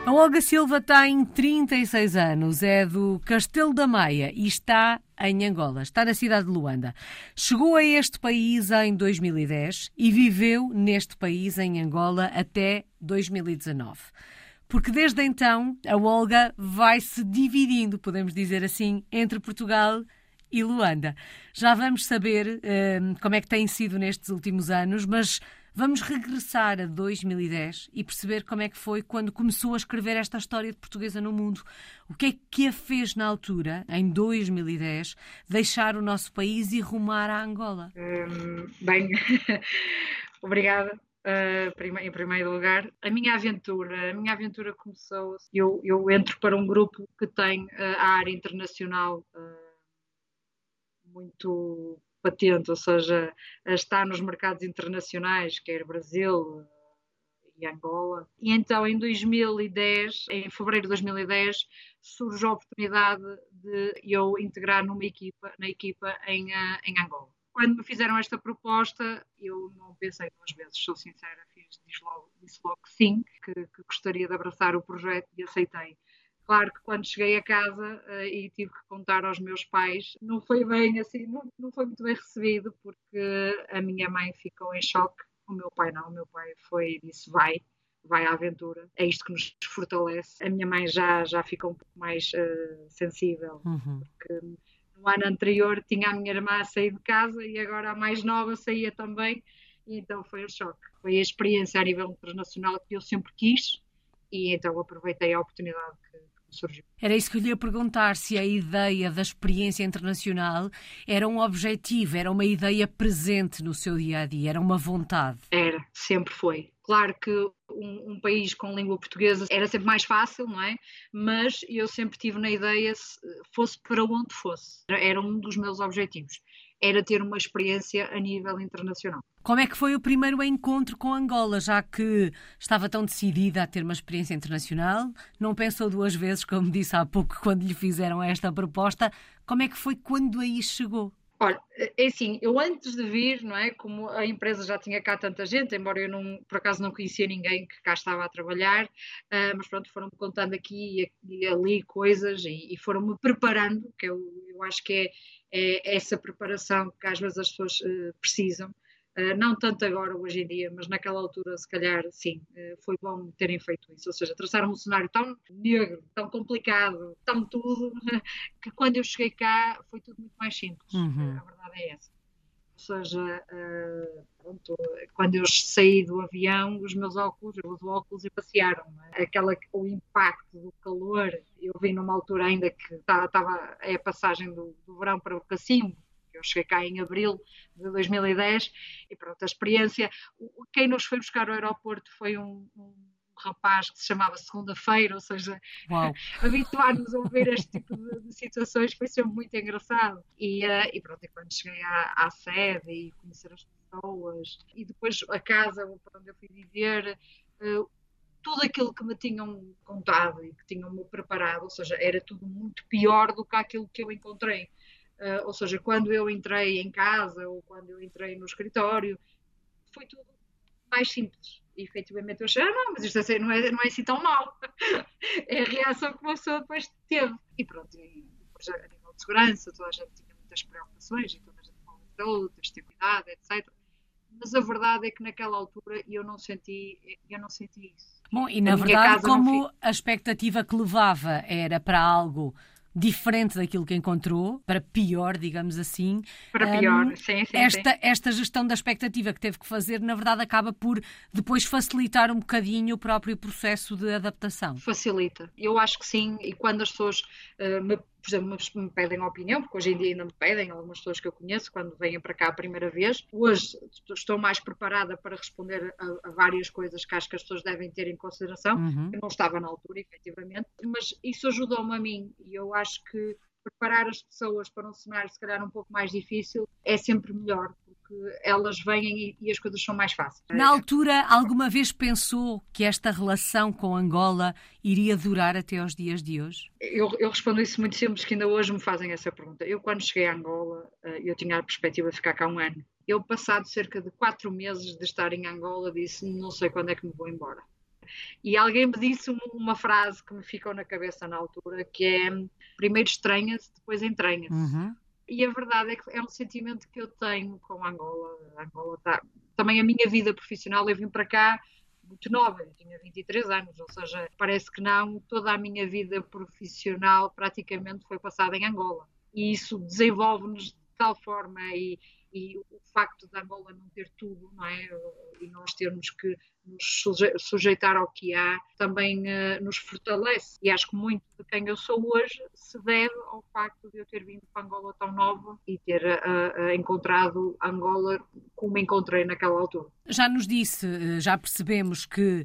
A Olga Silva tem 36 anos, é do Castelo da Maia e está em Angola, está na cidade de Luanda. Chegou a este país em 2010 e viveu neste país, em Angola, até 2019. Porque desde então a Olga vai-se dividindo, podemos dizer assim, entre Portugal e Luanda. Já vamos saber como é que tem sido nestes últimos anos, mas vamos regressar a 2010 e perceber como é que foi quando começou a escrever esta história de portuguesa no mundo. O que é que a fez na altura, em 2010, deixar o nosso país e rumar à Angola? Bem, obrigada. Em primeiro lugar, a minha aventura começou. Eu entro para um grupo que tem a área internacional muito patente, ou seja, está nos mercados internacionais, quer Brasil e Angola. E então, em 2010, em fevereiro de 2010, surge a oportunidade de eu integrar na equipa em Angola. Quando me fizeram esta proposta, eu não pensei duas vezes, sou sincera, disse logo que sim, que gostaria de abraçar o projeto e aceitei. Claro que quando cheguei a casa e tive que contar aos meus pais, não foi bem assim, não foi muito bem recebido, porque a minha mãe ficou em choque, o meu pai não, o meu pai disse vai à aventura, é isto que nos fortalece. A minha mãe já ficou um pouco mais sensível, porque no ano anterior tinha a minha irmã a sair de casa e agora a mais nova saía também, e então foi um choque. Foi a experiência a nível internacional que eu sempre quis, e então aproveitei a oportunidade que surgiu. Era isso que eu lhe ia perguntar, se a ideia da experiência internacional era um objetivo, era uma ideia presente no seu dia-a-dia, era uma vontade. Era, sempre foi. Claro que um país com língua portuguesa era sempre mais fácil, não é? Mas eu sempre tive na ideia, se fosse para onde fosse. Era um dos meus objetivos. Era ter uma experiência a nível internacional. Como é que foi o primeiro encontro com Angola, já que estava tão decidida a ter uma experiência internacional? Não pensou duas vezes, como disse há pouco, quando lhe fizeram esta proposta. Como é que foi quando aí chegou? Olha, é assim, eu antes de vir, não é, como a empresa já tinha cá tanta gente, embora eu não, por acaso não conhecia ninguém que cá estava a trabalhar, mas pronto, foram-me contando aqui e ali coisas e foram-me preparando, que eu acho que é essa preparação que às vezes as pessoas precisam. Não tanto agora, hoje em dia, mas naquela altura, se calhar, sim, foi bom terem feito isso. Ou seja, traçaram um cenário tão negro, tão complicado, tão tudo, que quando eu cheguei cá foi tudo muito mais simples. A verdade é essa. Ou seja, pronto, quando eu saí do avião, os meus óculos, eu uso óculos e passearam. O impacto do calor, eu vim numa altura ainda que estava a passagem do verão para o cacimbo. Eu cheguei cá em abril de 2010 e pronto, a experiência. Quem nos foi buscar ao aeroporto foi um rapaz que se chamava Segunda-feira, ou seja, habituar-nos a ouvir este tipo de situações foi sempre muito engraçado. E pronto, e quando cheguei à sede e conhecer as pessoas e depois a casa para onde eu fui viver, tudo aquilo que me tinham contado e que tinham-me preparado, ou seja, era tudo muito pior do que aquilo que eu encontrei. Ou seja, quando eu entrei em casa ou quando eu entrei no escritório, foi tudo mais simples. E efetivamente eu achei, não, mas isto não é assim tão mal. É a reação que uma pessoa depois teve. E pronto, e depois a nível de segurança, toda a gente tinha muitas preocupações e toda a gente falou de saúde, tens de ter cuidado, etc. Mas a verdade é que naquela altura eu não senti isso. Bom, e na verdade, como a expectativa que levava era para algo diferente daquilo que encontrou, para pior, digamos assim. Para pior, sim. Esta gestão da expectativa que teve que fazer, na verdade, acaba por depois facilitar um bocadinho o próprio processo de adaptação. Facilita. Eu acho que sim, e quando as pessoas por exemplo, me pedem opinião, porque hoje em dia ainda me pedem, algumas pessoas que eu conheço, quando vêm para cá a primeira vez. Hoje estou mais preparada para responder a várias coisas que acho que as pessoas devem ter em consideração. Eu não estava na altura, efetivamente, mas isso ajudou-me a mim, e eu acho que preparar as pessoas para um cenário se calhar um pouco mais difícil é sempre melhor, porque elas vêm e as coisas são mais fáceis. Na altura, alguma vez pensou que esta relação com Angola iria durar até aos dias de hoje? Eu respondo isso muito simples, que ainda hoje me fazem essa pergunta. Eu, quando cheguei a Angola, eu tinha a perspectiva de ficar cá um ano. Eu, passado cerca de 4 meses de estar em Angola, disse, não sei quando é que me vou embora. E alguém me disse uma frase que me ficou na cabeça na altura, que é: primeiro estranha-se, depois entranha-se. Uhum. E a verdade é que é um sentimento que eu tenho com Angola. Angola tá... Também a minha vida profissional, eu vim para cá muito nova, eu tinha 23 anos, ou seja, parece que não, toda a minha vida profissional praticamente foi passada em Angola. E isso desenvolve-nos de tal forma e o facto de Angola não ter tudo, não é? E nós termos que nos sujeitar ao que há, também nos fortalece. E acho que muito de quem eu sou hoje se deve ao facto de eu ter vindo para Angola tão nova e ter encontrado Angola como encontrei naquela altura. Já nos disse, já percebemos que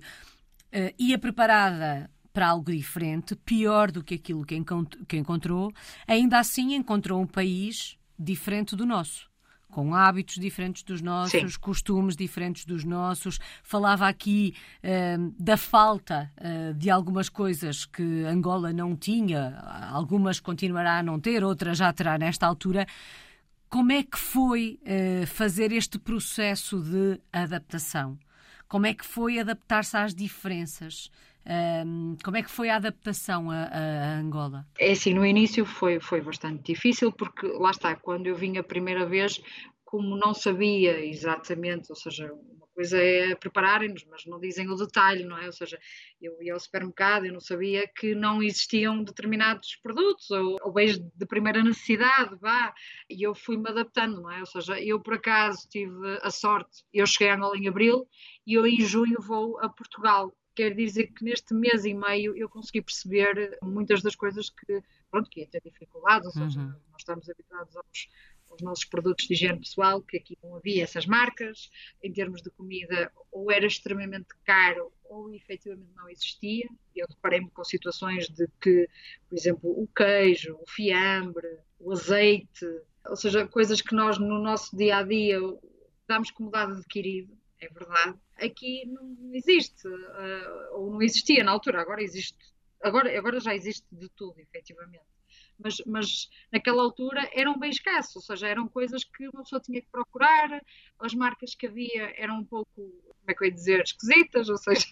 ia preparada para algo diferente, pior do que aquilo que encontrou, ainda assim encontrou um país diferente do nosso, com hábitos diferentes dos nossos, Sim. costumes diferentes dos nossos. Falava aqui da falta de algumas coisas que Angola não tinha, algumas continuará a não ter, outras já terá nesta altura. Como é que foi fazer este processo de adaptação? Como é que foi adaptar-se às diferenças? Como é que foi a adaptação a Angola? É assim, no início foi bastante difícil, porque lá está, quando eu vim a primeira vez, como não sabia exatamente, ou seja, uma coisa é prepararem-nos, mas não dizem o detalhe, não é? Ou seja, eu ia ao supermercado, eu não sabia que não existiam determinados produtos, ou bens de primeira necessidade, vá, e eu fui-me adaptando, não é? Ou seja, eu por acaso tive a sorte, eu cheguei a Angola em abril, e eu em junho vou a Portugal. Quer dizer que neste mês e meio eu consegui perceber muitas das coisas que ia ter dificuldades, ou seja, Uhum. nós estamos habituados aos nossos produtos de higiene pessoal, que aqui não havia essas marcas, em termos de comida, ou era extremamente caro, ou efetivamente não existia. Eu deparei-me com situações de que, por exemplo, o queijo, o fiambre, o azeite, ou seja, coisas que nós no nosso dia a dia damos como dado adquirido, é verdade. Aqui não existe, ou não existia na altura, agora existe, agora já existe de tudo, efetivamente. Mas naquela altura eram bem escassos, ou seja, eram coisas que uma pessoa tinha que procurar, as marcas que havia eram um pouco, como é que eu ia dizer, esquisitas, ou seja,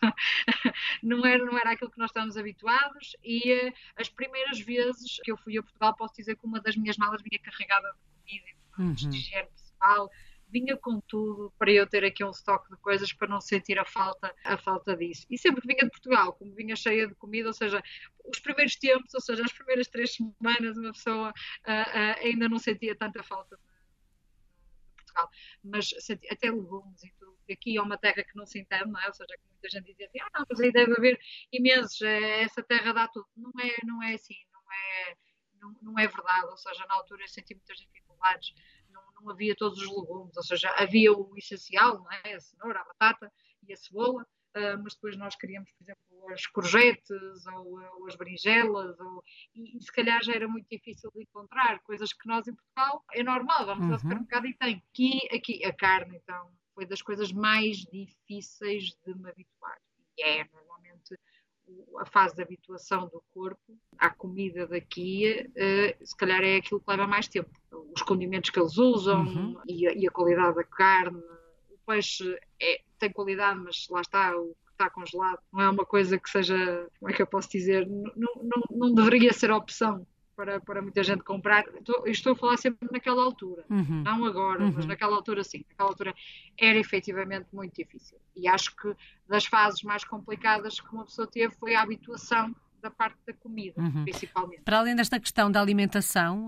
não era aquilo que nós estávamos habituados, e as primeiras vezes que eu fui a Portugal, posso dizer que uma das minhas malas vinha carregada de comida e de produtos de higiene pessoal, vinha com tudo para eu ter aqui um estoque de coisas para não sentir a falta disso. E sempre que vinha de Portugal, como vinha cheia de comida, ou seja, os primeiros tempos, ou seja, as primeiras 3 semanas, uma pessoa ainda não sentia tanta falta de Portugal, mas até legumes e tudo. Aqui é uma terra que não se entende, não é? Ou seja, que muita gente dizia assim, não, mas aí deve haver imensos, essa terra dá tudo. Não é assim, não é verdade, ou seja, na altura eu senti muitas dificuldades, não havia todos os legumes, ou seja, havia o essencial, não é? A cenoura, a batata e a cebola, mas depois nós queríamos, por exemplo, as courgettes ou as berinjelas, e se calhar já era muito difícil de encontrar, coisas que nós em Portugal é normal, vamos ao supermercado e tem. Aqui a carne, então, foi das coisas mais difíceis de me habituar. E normalmente a fase de habituação do corpo à comida daqui, se calhar é aquilo que leva mais tempo. Os condimentos que eles usam e a qualidade da carne. O peixe tem qualidade, mas lá está, o que está congelado não é uma coisa que seja, como é que eu posso dizer, não deveria ser opção para muita gente comprar. Estou a falar sempre naquela altura, não agora, mas naquela altura sim. Naquela altura era efetivamente muito difícil. E acho que das fases mais complicadas que uma pessoa teve foi a habituação da parte da comida, principalmente. Para além desta questão da alimentação,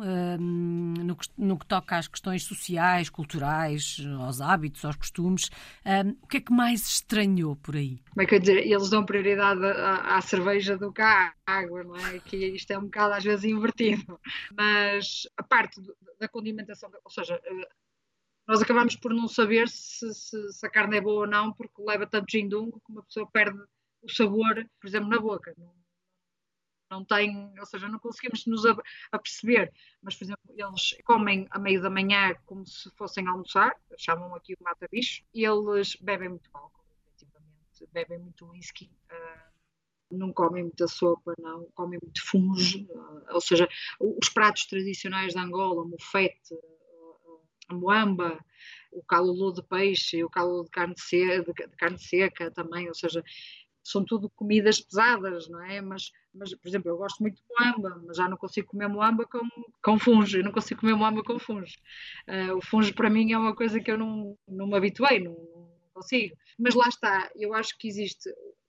no que toca às questões sociais, culturais, aos hábitos, aos costumes, o que é que mais estranhou por aí? Como é que eu ia dizer? Eles dão prioridade à cerveja do que à água, não é? Que isto é um bocado às vezes invertido. Mas a parte da condimentação, ou seja, nós acabamos por não saber se a carne é boa ou não, porque leva tanto gindungo que uma pessoa perde o sabor, por exemplo, na boca. Não tem, ou seja, não conseguimos nos aperceber, mas, por exemplo, eles comem a meio da manhã como se fossem almoçar, chamam aqui o mata-bicho, e eles bebem muito álcool, efetivamente, bebem muito whisky, não comem muita sopa, não, comem muito fungo, ou seja, os pratos tradicionais de Angola, o mofete, a moamba, o calulu de peixe, o calulu de carne seca também, ou seja, são tudo comidas pesadas, não é? Mas, por exemplo, eu gosto muito de moamba, mas já não consigo comer moamba com fungo, eu não consigo comer moamba com fungo. O fungo para mim é uma coisa que eu não me habituei, não consigo. Mas lá está, eu acho que existe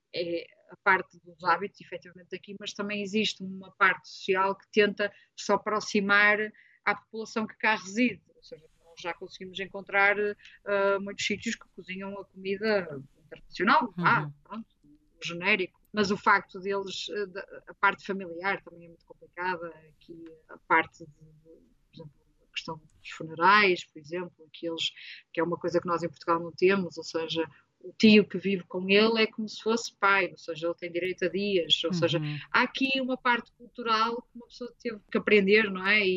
a parte dos hábitos, efetivamente, aqui, mas também existe uma parte social que tenta se aproximar à população que cá reside. Ou seja, nós já conseguimos encontrar muitos sítios que cozinham a comida internacional, pronto, genérico. Mas o facto deles, a parte familiar também é muito complicada. Aqui a parte por exemplo, a questão dos funerais, por exemplo, que é uma coisa que nós em Portugal não temos, ou seja, o tio que vive com ele é como se fosse pai, ou seja, ele tem direito a dias, ou seja, há aqui uma parte cultural que uma pessoa teve que aprender, não é?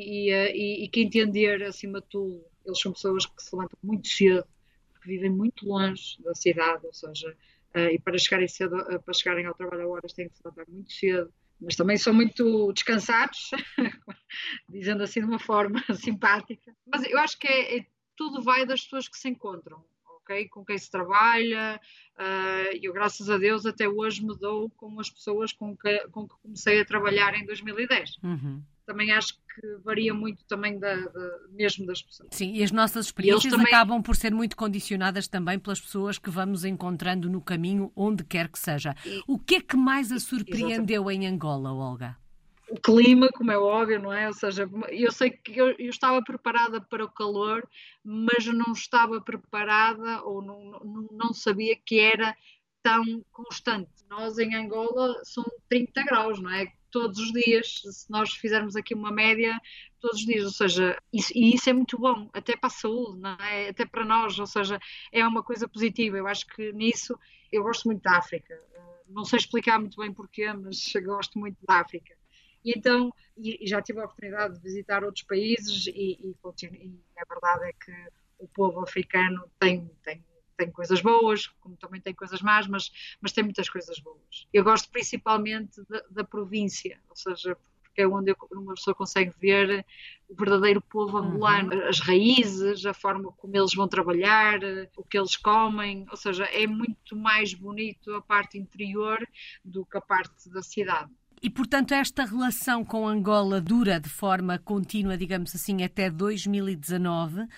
E que entender, acima de tudo, eles são pessoas que se levantam muito cedo, que vivem muito longe da cidade, ou seja, e para chegarem cedo, para chegarem ao trabalho a horas têm que se levantar muito cedo, mas também são muito descansados, dizendo assim de uma forma simpática. Mas eu acho que tudo vai das pessoas que se encontram. Okay? Com quem se trabalha, eu graças a Deus até hoje me dou com as pessoas com que comecei a trabalhar em 2010. Também acho que varia muito também mesmo das pessoas. Sim, e as nossas experiências acabam por ser muito condicionadas também pelas pessoas que vamos encontrando no caminho, onde quer que seja. O que é que mais a surpreendeu em Angola, Olga? O clima, como é óbvio, não é? Ou seja, eu sei que eu estava preparada para o calor, mas não estava preparada ou não sabia que era tão constante. Nós em Angola são 30 graus, não é? Todos os dias, se nós fizermos aqui uma média, todos os dias, ou seja, isso é muito bom, até para a saúde, não é? Até para nós, ou seja, é uma coisa positiva. Eu acho que nisso eu gosto muito da África. Não sei explicar muito bem porquê, mas gosto muito da África. E então, já tive a oportunidade de visitar outros países e a verdade é que o povo africano tem coisas boas, como também tem coisas más, mas tem muitas coisas boas. Eu gosto principalmente da província, ou seja, porque é onde uma pessoa consegue ver o verdadeiro povo angolano, as raízes, a forma como eles vão trabalhar, o que eles comem, ou seja, é muito mais bonito a parte interior do que a parte da cidade. E, portanto, esta relação com Angola dura de forma contínua, digamos assim, até 2019.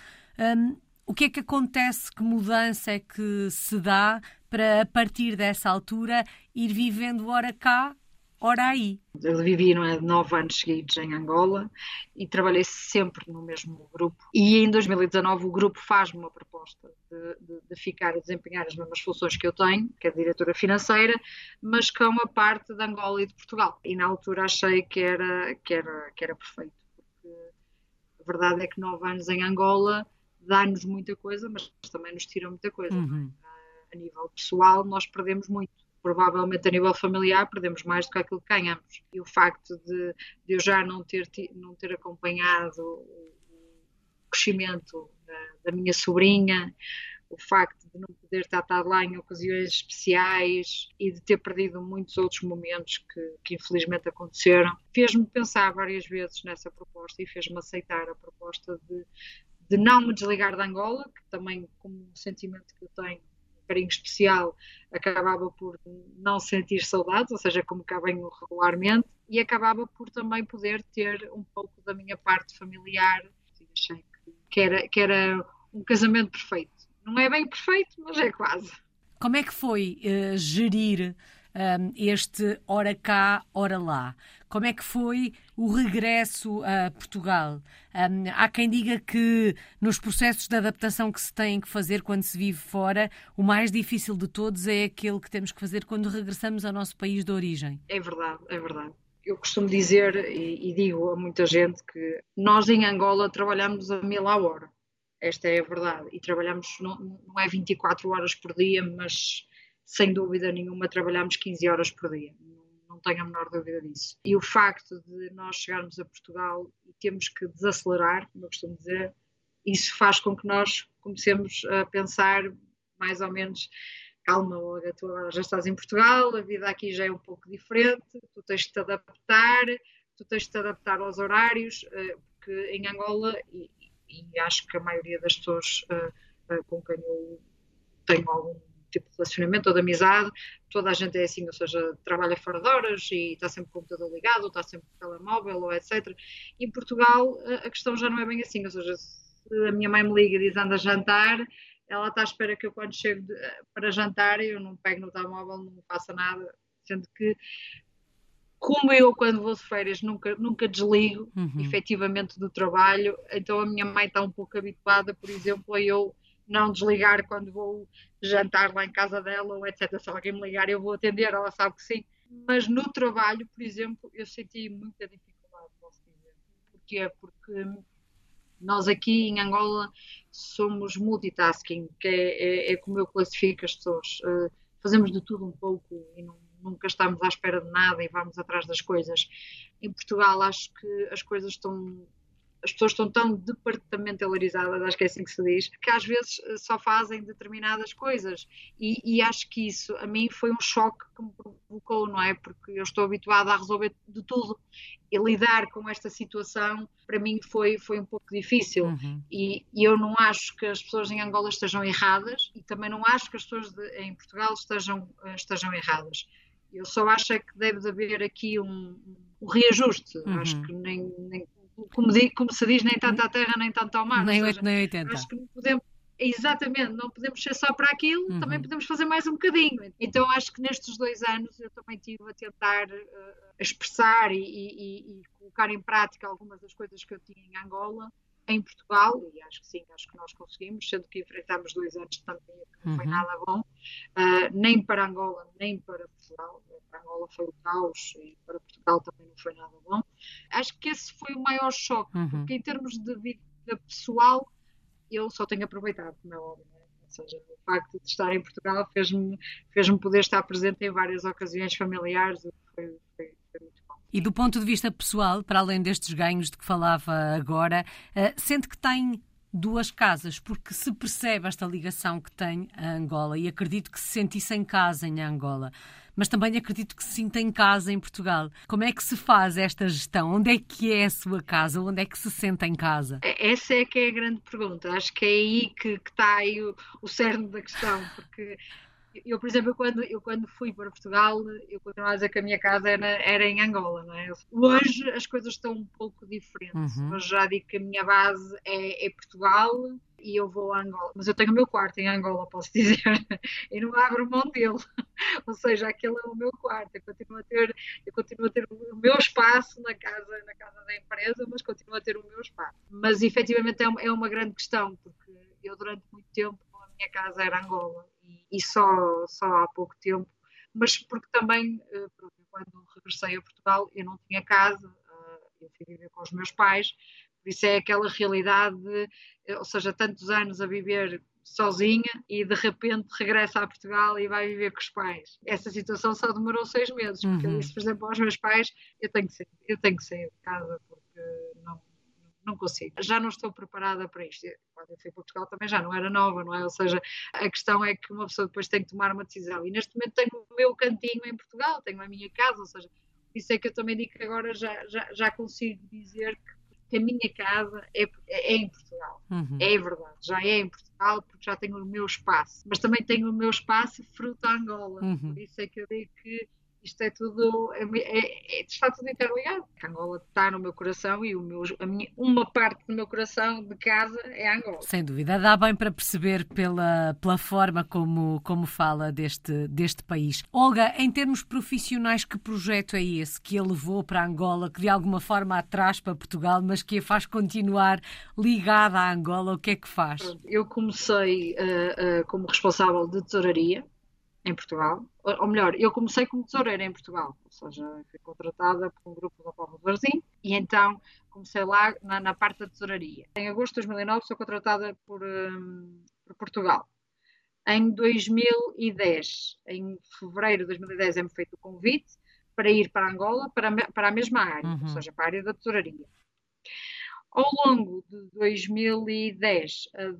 O que é que acontece? Que mudança é que se dá para, a partir dessa altura, ir vivendo ora cá, ora aí? Eu vivi 9 anos seguidos em Angola e trabalhei sempre no mesmo grupo. E em 2019 o grupo faz-me uma proposta de ficar a desempenhar as mesmas funções que eu tenho, que é diretora financeira, mas com a parte de Angola e de Portugal. E na altura achei que era perfeito, porque a verdade é que 9 anos em Angola dá-nos muita coisa, mas também nos tira muita coisa. A nível pessoal nós perdemos muito. Provavelmente a nível familiar perdemos mais do que aquilo que ganhamos. E o facto de eu já não ter acompanhado o crescimento da minha sobrinha, o facto de não poder estar lá em ocasiões especiais e de ter perdido muitos outros momentos que infelizmente aconteceram, fez-me pensar várias vezes nessa proposta e fez-me aceitar a proposta de não me desligar de Angola, que também, como um sentimento que eu tenho, carinho especial, acabava por não sentir saudades, ou seja, como cá venho regularmente, e acabava por também poder ter um pouco da minha parte familiar. Achei que era um casamento perfeito. Não é bem perfeito, mas é quase. Como é que foi gerir este ora cá, ora lá? Como é que foi o regresso a Portugal? Há quem diga que nos processos de adaptação que se têm que fazer quando se vive fora, o mais difícil de todos é aquele que temos que fazer quando regressamos ao nosso país de origem. É verdade, é verdade. Eu costumo dizer e digo a muita gente que nós em Angola trabalhamos a 1000 à hora. Esta é a verdade. E trabalhamos, não é 24 horas por dia, mas sem dúvida nenhuma trabalhamos 15 horas por dia. Não tenho a menor dúvida disso. E o facto de nós chegarmos a Portugal e temos que desacelerar, como eu costumo dizer, isso faz com que nós comecemos a pensar mais ou menos: calma, Olga, tu agora já estás em Portugal, a vida aqui já é um pouco diferente, tu tens de te adaptar aos horários, porque em Angola, e acho que a maioria das pessoas com quem eu tenho algum tipo de relacionamento ou de amizade, toda a gente é assim, ou seja, trabalha fora de horas e está sempre com o computador ligado, ou está sempre com o telemóvel, ou etc. Em Portugal, a questão já não é bem assim, ou seja, se a minha mãe me liga e diz anda a jantar, ela está à espera que eu quando chego para jantar, eu não pego no telemóvel, não faça nada, sendo que como eu, quando vou de férias, nunca desligo efetivamente do trabalho, então a minha mãe está um pouco habituada, por exemplo, a eu não desligar quando vou jantar lá em casa dela, ou etc. Se alguém me ligar, eu vou atender, ela sabe que sim. Mas no trabalho, por exemplo, eu senti muita dificuldade, posso dizer. Porquê? Porque nós aqui em Angola somos multitasking, que é como eu classifico as pessoas. Fazemos de tudo um pouco e nunca estamos à espera de nada e vamos atrás das coisas. Em Portugal acho que as pessoas estão tão departamentalizadas, acho que é assim que se diz, que às vezes só fazem determinadas coisas. E acho que isso, a mim, foi um choque que me provocou, não é? Porque eu estou habituada a resolver de tudo. E lidar com esta situação, para mim, foi um pouco difícil. E eu não acho que as pessoas em Angola estejam erradas e também não acho que as pessoas em Portugal estejam erradas. Eu só acho é que deve de haver aqui um reajuste. Acho que como se diz, nem tanto à terra, nem tanto ao mar. Nem Ou 8, seja, nem 80. acho que não podemos, exatamente, não podemos ser só para aquilo, também podemos fazer mais um bocadinho. Então acho que nestes 2 anos eu também estive a tentar expressar e colocar em prática algumas das coisas que eu tinha em Angola, em Portugal, e acho que sim, acho que nós conseguimos, sendo que enfrentámos 2 anos de pandemia que não foi nada bom, nem para Angola, nem para Portugal. Para Angola foi o caos e para Portugal também não foi nada bom. Acho que esse foi o maior choque, porque em termos de vida pessoal, eu só tenho aproveitado, como é óbvio. Ou seja, o facto de estar em Portugal fez-me poder estar presente em várias ocasiões familiares, o que foi muito bom. E do ponto de vista pessoal, para além destes ganhos de que falava agora, sente que tem 2 casas, porque se percebe esta ligação que tem a Angola, e acredito que se sentisse em casa em Angola, mas também acredito que se sinta em casa em Portugal. Como é que se faz esta gestão? Onde é que é a sua casa? Onde é que se sente em casa? Essa é que é a grande pergunta. Acho que é aí que está aí o cerne da questão, porque eu, por exemplo, eu quando fui para Portugal, eu continuava a dizer que a minha casa era em Angola, não é? Hoje as coisas estão um pouco diferentes. Hoje já digo que a minha base é Portugal e eu vou a Angola. Mas eu tenho o meu quarto em Angola, posso dizer, e não abro mão dele. Ou seja, aquele é o meu quarto. Eu continuo a ter o meu espaço na casa da empresa, mas continuo a ter o meu espaço. Mas efetivamente é uma grande questão, porque eu durante muito tempo a minha casa era Angola e só há pouco tempo, mas porque também quando regressei a Portugal eu não tinha casa, eu fui viver com os meus pais, por isso é aquela realidade ou seja, tantos anos a viver sozinha e de repente regressa a Portugal e vai viver com os pais. Essa situação só demorou 6 meses, porque eu disse, por exemplo, aos meus pais, eu tenho que sair de casa porque não consigo. Já não estou preparada para isto. Quando eu fui para Portugal também já não era nova, não é? Ou seja, a questão é que uma pessoa depois tem que tomar uma decisão. E neste momento tenho o meu cantinho em Portugal, tenho a minha casa, ou seja, isso é que eu também digo que agora já consigo dizer que a minha casa é em Portugal. É verdade, já é em Portugal porque já tenho o meu espaço. Mas também tenho o meu espaço fruto a Angola. Por isso é que eu digo que isto é tudo, está tudo interligado. A Angola está no meu coração e uma parte do meu coração de casa é Angola. Sem dúvida, dá bem para perceber pela forma como fala deste país. Olga, em termos profissionais, que projeto é esse que a levou para Angola, que de alguma forma a traz para Portugal, mas que a faz continuar ligada à Angola? O que é que faz? Eu comecei como responsável de tesouraria em Portugal, ou melhor, eu comecei como tesoureira em Portugal, ou seja, fui contratada por um grupo da Póvoa de Varzim e então comecei lá na parte da tesouraria. Em agosto de 2009 sou contratada por Portugal. Em 2010, em fevereiro de 2010 é-me feito o convite para ir para Angola, para a mesma área, ou seja, para a área da tesouraria. Ao longo de 2010 a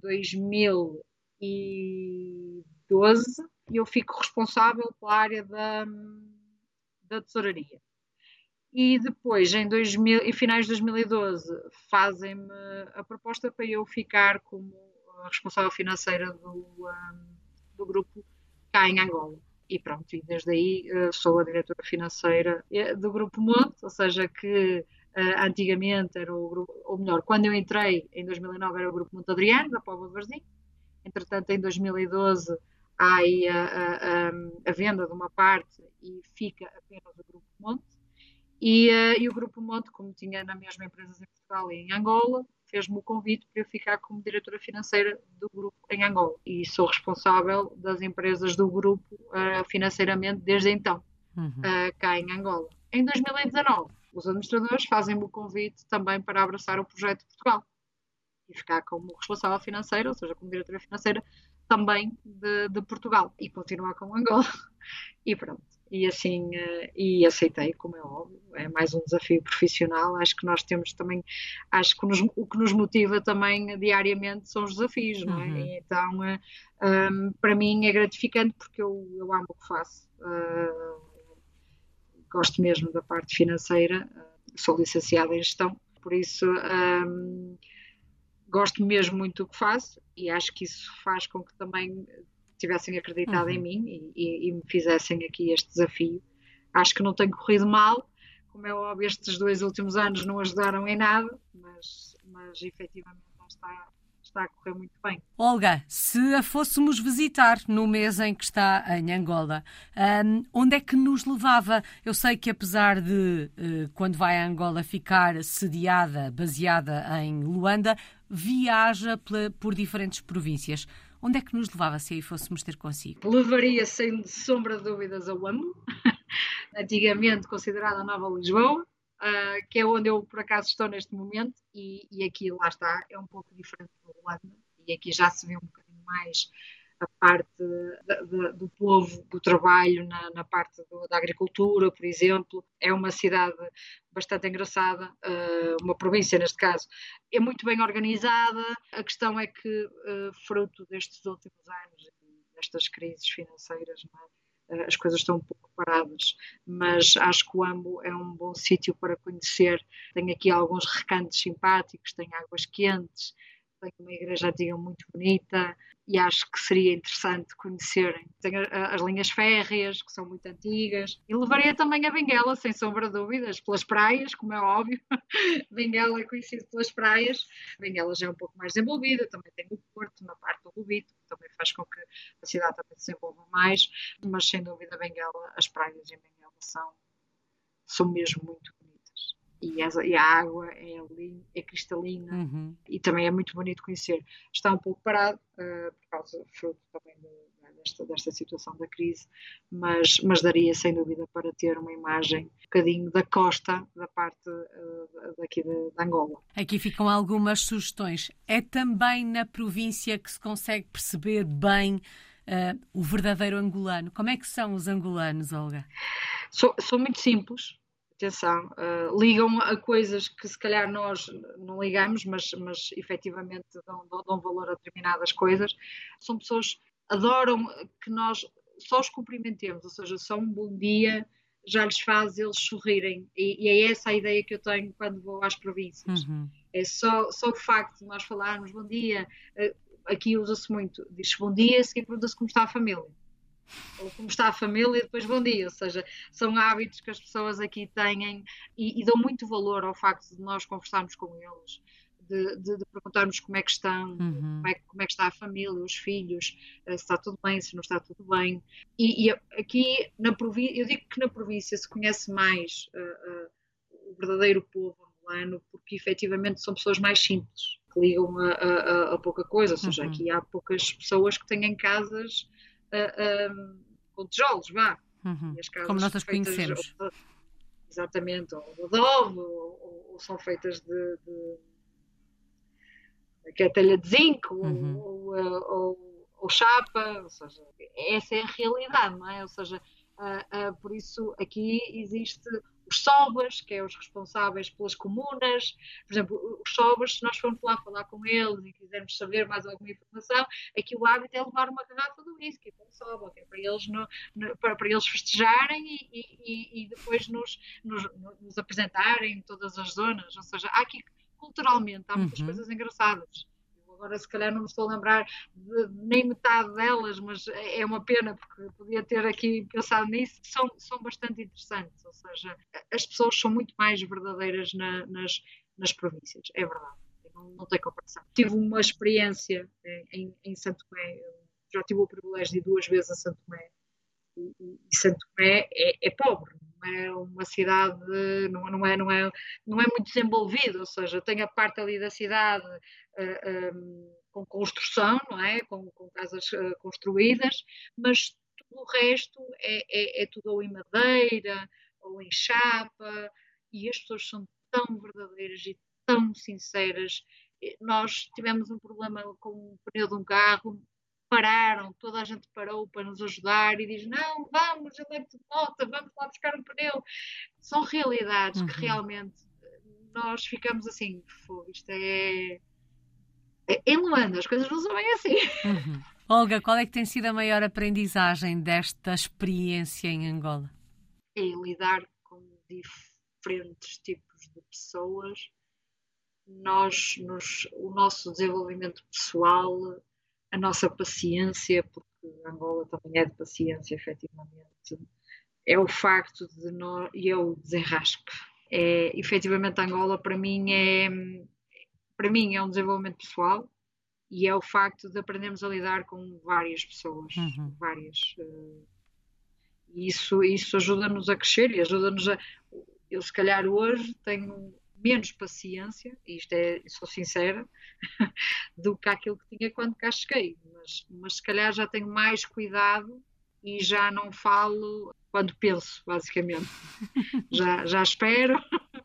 2012, eu fico responsável pela área da tesouraria. E depois, em finais de 2012, fazem-me a proposta para eu ficar como responsável financeira do grupo cá em Angola. E pronto, e desde aí sou a diretora financeira do Grupo Monte, ou seja que antigamente era o grupo, ou melhor, quando eu entrei em 2009 era o Grupo Monte Adriano, da Póvoa de Varzim. Entretanto, em 2012 há aí a venda de uma parte e fica apenas o Grupo Monte. E o Grupo Monte, como tinha na mesma empresas em Portugal e em Angola, fez-me o convite para eu ficar como diretora financeira do grupo em Angola. E sou responsável das empresas do grupo financeiramente desde então, cá em Angola. Em 2019, os administradores fazem-me o convite também para abraçar o projeto de Portugal e ficar como responsável financeira, ou seja, como diretora financeira também de Portugal e continuar com Angola. E pronto. E assim, e aceitei, como é óbvio, é mais um desafio profissional. Acho que nós temos também, acho que o que nos motiva também diariamente são os desafios, não é? E então, para mim é gratificante porque eu amo o que faço. Gosto mesmo da parte financeira, sou licenciada em gestão, por isso gosto mesmo muito do que faço e acho que isso faz com que também tivessem acreditado em mim e me fizessem aqui este desafio. Acho que não tem corrido mal, como é óbvio, estes 2 últimos anos não ajudaram em nada, mas efetivamente está a correr muito bem. Olga, se a fôssemos visitar no mês em que está em Angola, onde é que nos levava? Eu sei que apesar de, quando vai a Angola, ficar sediada, baseada em Luanda, viaja por diferentes províncias. Onde é que nos levava se aí fôssemos ter consigo? Levaria, sem sombra de dúvidas, a Huambo, antigamente considerada a Nova Lisboa, que é onde eu, por acaso, estou neste momento, e aqui, lá está, é um pouco diferente do Luanda, e aqui já se vê um bocadinho mais a parte do povo, do trabalho na parte da agricultura, por exemplo. É uma cidade bastante engraçada, uma província neste caso, é muito bem organizada. A questão é que, fruto destes últimos anos, destas crises financeiras, não é? As coisas estão um pouco paradas, mas acho que o Huambo é um bom sítio para conhecer. Tem aqui alguns recantos simpáticos, tem águas quentes, tem uma igreja antiga muito bonita e acho que seria interessante conhecerem. Tem as linhas férreas, que são muito antigas, e levaria também a Benguela, sem sombra de dúvidas, pelas praias, como é óbvio. Benguela é conhecido pelas praias. Benguela já é um pouco mais desenvolvida, também tem o Porto na parte do Lubito, que também faz com que a cidade também se desenvolva mais, mas sem dúvida Benguela, as praias em Benguela são mesmo muito bonitas. E a água é cristalina e também é muito bonito conhecer. Está um pouco parado, por causa fruto também desta situação da crise, mas daria sem dúvida para ter uma imagem um bocadinho da costa, da parte daqui de Angola. Aqui ficam algumas sugestões. É também na província que se consegue perceber bem o verdadeiro angolano. Como é que são os angolanos, Olga? São muito simples. Atenção, ligam a coisas que se calhar nós não ligamos, mas efetivamente dão valor a determinadas coisas. São pessoas que adoram que nós só os cumprimentemos, ou seja, só um bom dia já lhes faz eles sorrirem. E é essa a ideia que eu tenho quando vou às províncias. É só o facto de nós falarmos bom dia, aqui usa-se muito, diz-se bom dia, seguinte pergunta-se como está a família. Ou como está a família e depois bom dia, ou seja, são hábitos que as pessoas aqui têm e dão muito valor ao facto de nós conversarmos com eles, de perguntarmos como é que estão, como é que está a família, os filhos, se está tudo bem, se não está tudo bem. E aqui na província, eu digo que na província se conhece mais o verdadeiro povo angolano, porque efetivamente são pessoas mais simples, que ligam a pouca coisa, ou seja, aqui há poucas pessoas que têm casas com tijolos, vá. E as casas como nós as conhecemos. Exatamente, ou de adobe, ou são feitas que é telha de zinco, ou chapa, ou seja, essa é a realidade, não é? Ou seja, por isso aqui existe os sobas, que é os responsáveis pelas comunas. Por exemplo, os sobas, se nós formos lá falar com eles e quisermos saber mais alguma informação, aqui o hábito é levar uma garrafa de whisky para o soba, que é para eles, para eles festejarem e depois nos apresentarem em todas as zonas. Ou seja, há aqui, culturalmente, há muitas coisas engraçadas. Eu agora se calhar não me estou a lembrar de nem metade delas, mas é uma pena porque podia ter aqui pensado nisso, são bastante interessantes, ou seja, as pessoas são muito mais verdadeiras nas províncias, é verdade, não tem comparação. Tive uma experiência em Santo Tomé, já tive o privilégio de ir 2 vezes a Santo Tomé, e Santo Tomé é pobre, não é uma cidade, não é muito desenvolvido, ou seja, tem a parte ali da cidade com construção, não é? Com casas construídas, mas tudo o resto é tudo ou em madeira, ou em chapa, e as pessoas são tão verdadeiras e tão sinceras. Nós tivemos um problema com o pneu de um carro, pararam, toda a gente parou para nos ajudar e diz, não, vamos, eu levo-te de volta, vamos lá buscar um pneu. São realidades que realmente nós ficamos assim, isto é... Em Luanda as coisas não são bem assim. Olga, qual é que tem sido a maior aprendizagem desta experiência em Angola? É lidar com diferentes tipos de pessoas. O nosso desenvolvimento pessoal, a nossa paciência, porque Angola também é de paciência, efetivamente, é o facto de nós, e é o desenrasque. Efetivamente, Angola para mim é um desenvolvimento pessoal e é o facto de aprendermos a lidar com várias pessoas, e isso ajuda-nos a crescer e ajuda-nos a... Eu se calhar hoje tenho menos paciência, e sou sincera, do que aquilo que tinha quando cá cheguei, mas se calhar já tenho mais cuidado e já não falo quando penso, basicamente. Já espero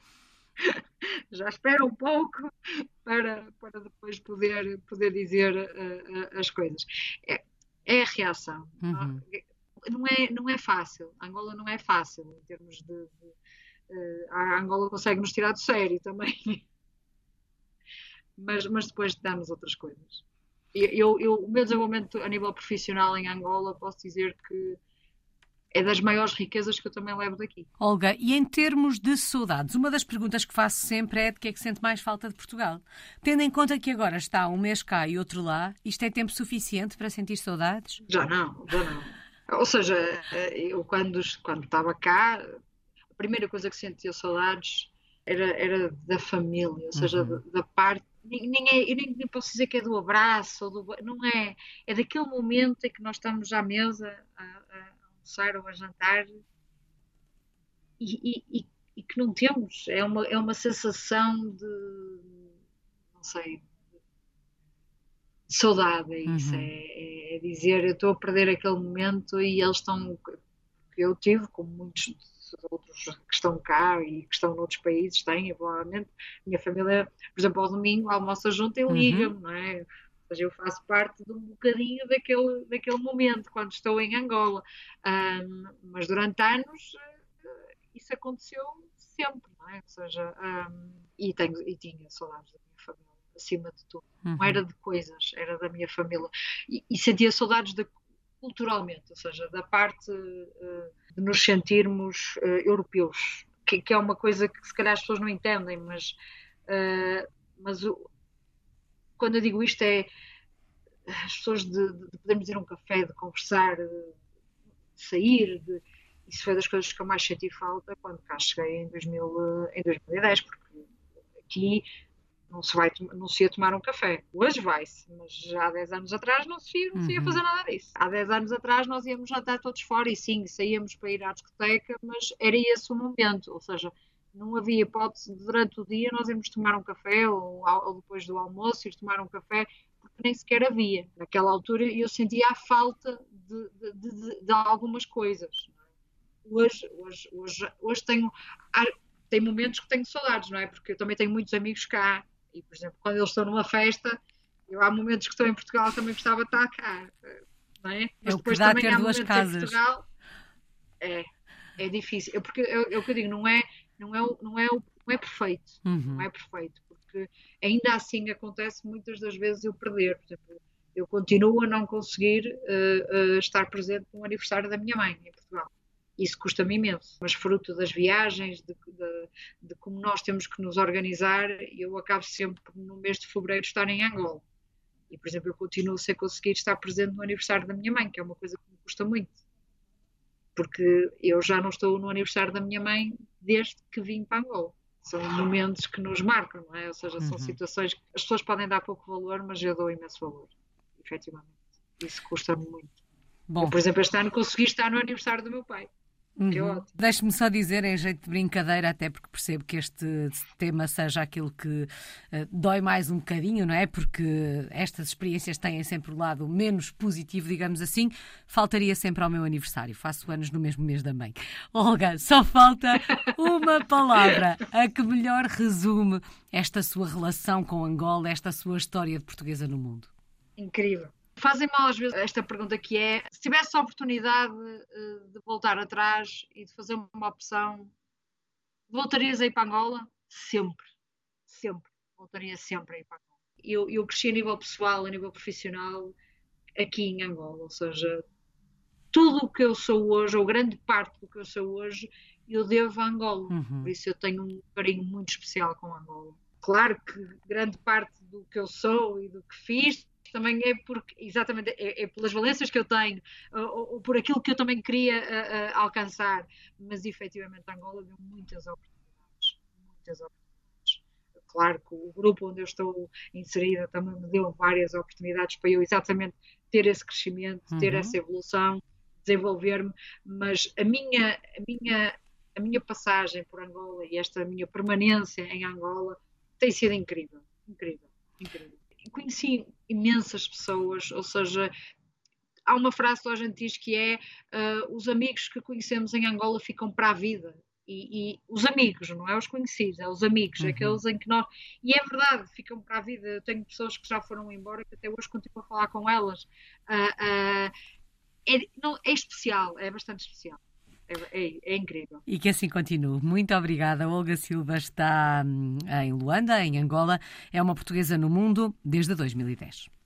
um pouco para depois poder dizer as coisas. É a reação. Não é fácil. Angola não é fácil em termos de a Angola consegue nos tirar do sério também, mas depois damos outras coisas. O meu desenvolvimento a nível profissional em Angola, posso dizer que é das maiores riquezas que eu também levo daqui. Olga, e em termos de saudades, uma das perguntas que faço sempre é de que é que sente mais falta de Portugal? Tendo em conta que agora está um mês cá e outro lá, isto é tempo suficiente para sentir saudades? Já não. Ou seja, eu quando estava cá, a primeira coisa que sentia saudades era da família, ou seja, da parte. Eu nem posso dizer que é do abraço, não é. É daquele momento em que nós estamos à mesa a almoçar ou a jantar e que não temos. É uma sensação de, não sei, de saudade. É isso. É dizer, eu estou a perder aquele momento e eles estão. Eu tive, como muitos outros que estão cá e que estão noutros países, têm, provavelmente, minha família, por exemplo, ao domingo almoça junto e liga-me, não é? Ou seja, eu faço parte de um bocadinho daquele momento, quando estou em Angola. Mas durante anos isso aconteceu sempre, não é? Ou seja, e tinha saudades da minha família, acima de tudo. Não era de coisas, era da minha família. E sentia saudades culturalmente, ou seja, da parte de nos sentirmos europeus, que é uma coisa que se calhar as pessoas não entendem, mas quando eu digo isto é as pessoas de podermos ir a um café, de conversar, de sair, isso foi das coisas que eu mais senti falta quando cá cheguei em 2010, porque aqui não se ia tomar um café. Hoje vai-se, mas já há 10 anos atrás não se ia fazer nada disso. Há 10 anos atrás nós íamos jantar todos fora e sim, saíamos para ir à discoteca, mas era esse o momento, ou seja, não havia hipótese de durante o dia nós irmos tomar um café ou depois do almoço ir tomar um café, porque nem sequer havia. Naquela altura eu sentia a falta de algumas coisas. Hoje tem momentos que tenho saudades, não é? Porque eu também tenho muitos amigos cá. E, por exemplo, quando eles estão numa festa, há momentos que estou em Portugal também gostava de estar cá, não é? Mas depois também há momentos casas. em Portugal é difícil. Porque é o que eu digo, não é perfeito. Não é perfeito, porque ainda assim acontece muitas das vezes eu perder. Por exemplo, eu continuo a não conseguir estar presente no aniversário da minha mãe em Portugal. Isso custa-me imenso, mas fruto das viagens, de como nós temos que nos organizar, eu acabo sempre no mês de fevereiro estar em Angola. E, por exemplo, eu continuo sem conseguir estar presente no aniversário da minha mãe, que é uma coisa que me custa muito. Porque eu já não estou no aniversário da minha mãe desde que vim para Angola. São momentos que nos marcam, não é? Ou seja, são situações que as pessoas podem dar pouco valor, mas eu dou imenso valor, efetivamente. Isso custa-me muito. Bom. Eu, por exemplo, este ano consegui estar no aniversário do meu pai. Que é ótimo. Deixe-me só dizer, em jeito de brincadeira, até porque percebo que este tema seja aquilo que dói mais um bocadinho, não é? Porque estas experiências têm sempre o lado menos positivo, digamos assim. Faltaria sempre ao meu aniversário. Faço anos no mesmo mês da mãe. Olga, só falta uma palavra a que melhor resume esta sua relação com Angola, esta sua história de portuguesa no mundo. Incrível. Fazem mal às vezes esta pergunta que é: se tivesse a oportunidade de voltar atrás e de fazer uma opção, voltarias a ir para Angola? Sempre. Sempre. Voltaria sempre a ir para Angola. Eu cresci a nível pessoal, a nível profissional, aqui em Angola. Ou seja, tudo o que eu sou hoje, ou grande parte do que eu sou hoje, eu devo a Angola. Por isso eu tenho um carinho muito especial com Angola. Claro que grande parte do que eu sou e do que fiz também é porque, exatamente, é pelas valências que eu tenho, ou por aquilo que eu também queria alcançar, mas efetivamente Angola deu muitas oportunidades, muitas oportunidades. Claro que o grupo onde eu estou inserida também me deu várias oportunidades para eu exatamente ter esse crescimento, ter essa evolução, desenvolver-me, mas a minha passagem por Angola e esta minha permanência em Angola tem sido incrível, incrível, incrível. Conheci imensas pessoas, ou seja, há uma frase que a gente diz que é os amigos que conhecemos em Angola ficam para a vida. E os amigos, não é os conhecidos, é os amigos, aqueles em que nós... E é verdade, ficam para a vida. Eu tenho pessoas que já foram embora, que até hoje continuo a falar com elas. É especial, é bastante especial. É incrível. E que assim continue. Muito obrigada. Olga Silva está em Luanda, em Angola. É uma portuguesa no mundo desde 2010.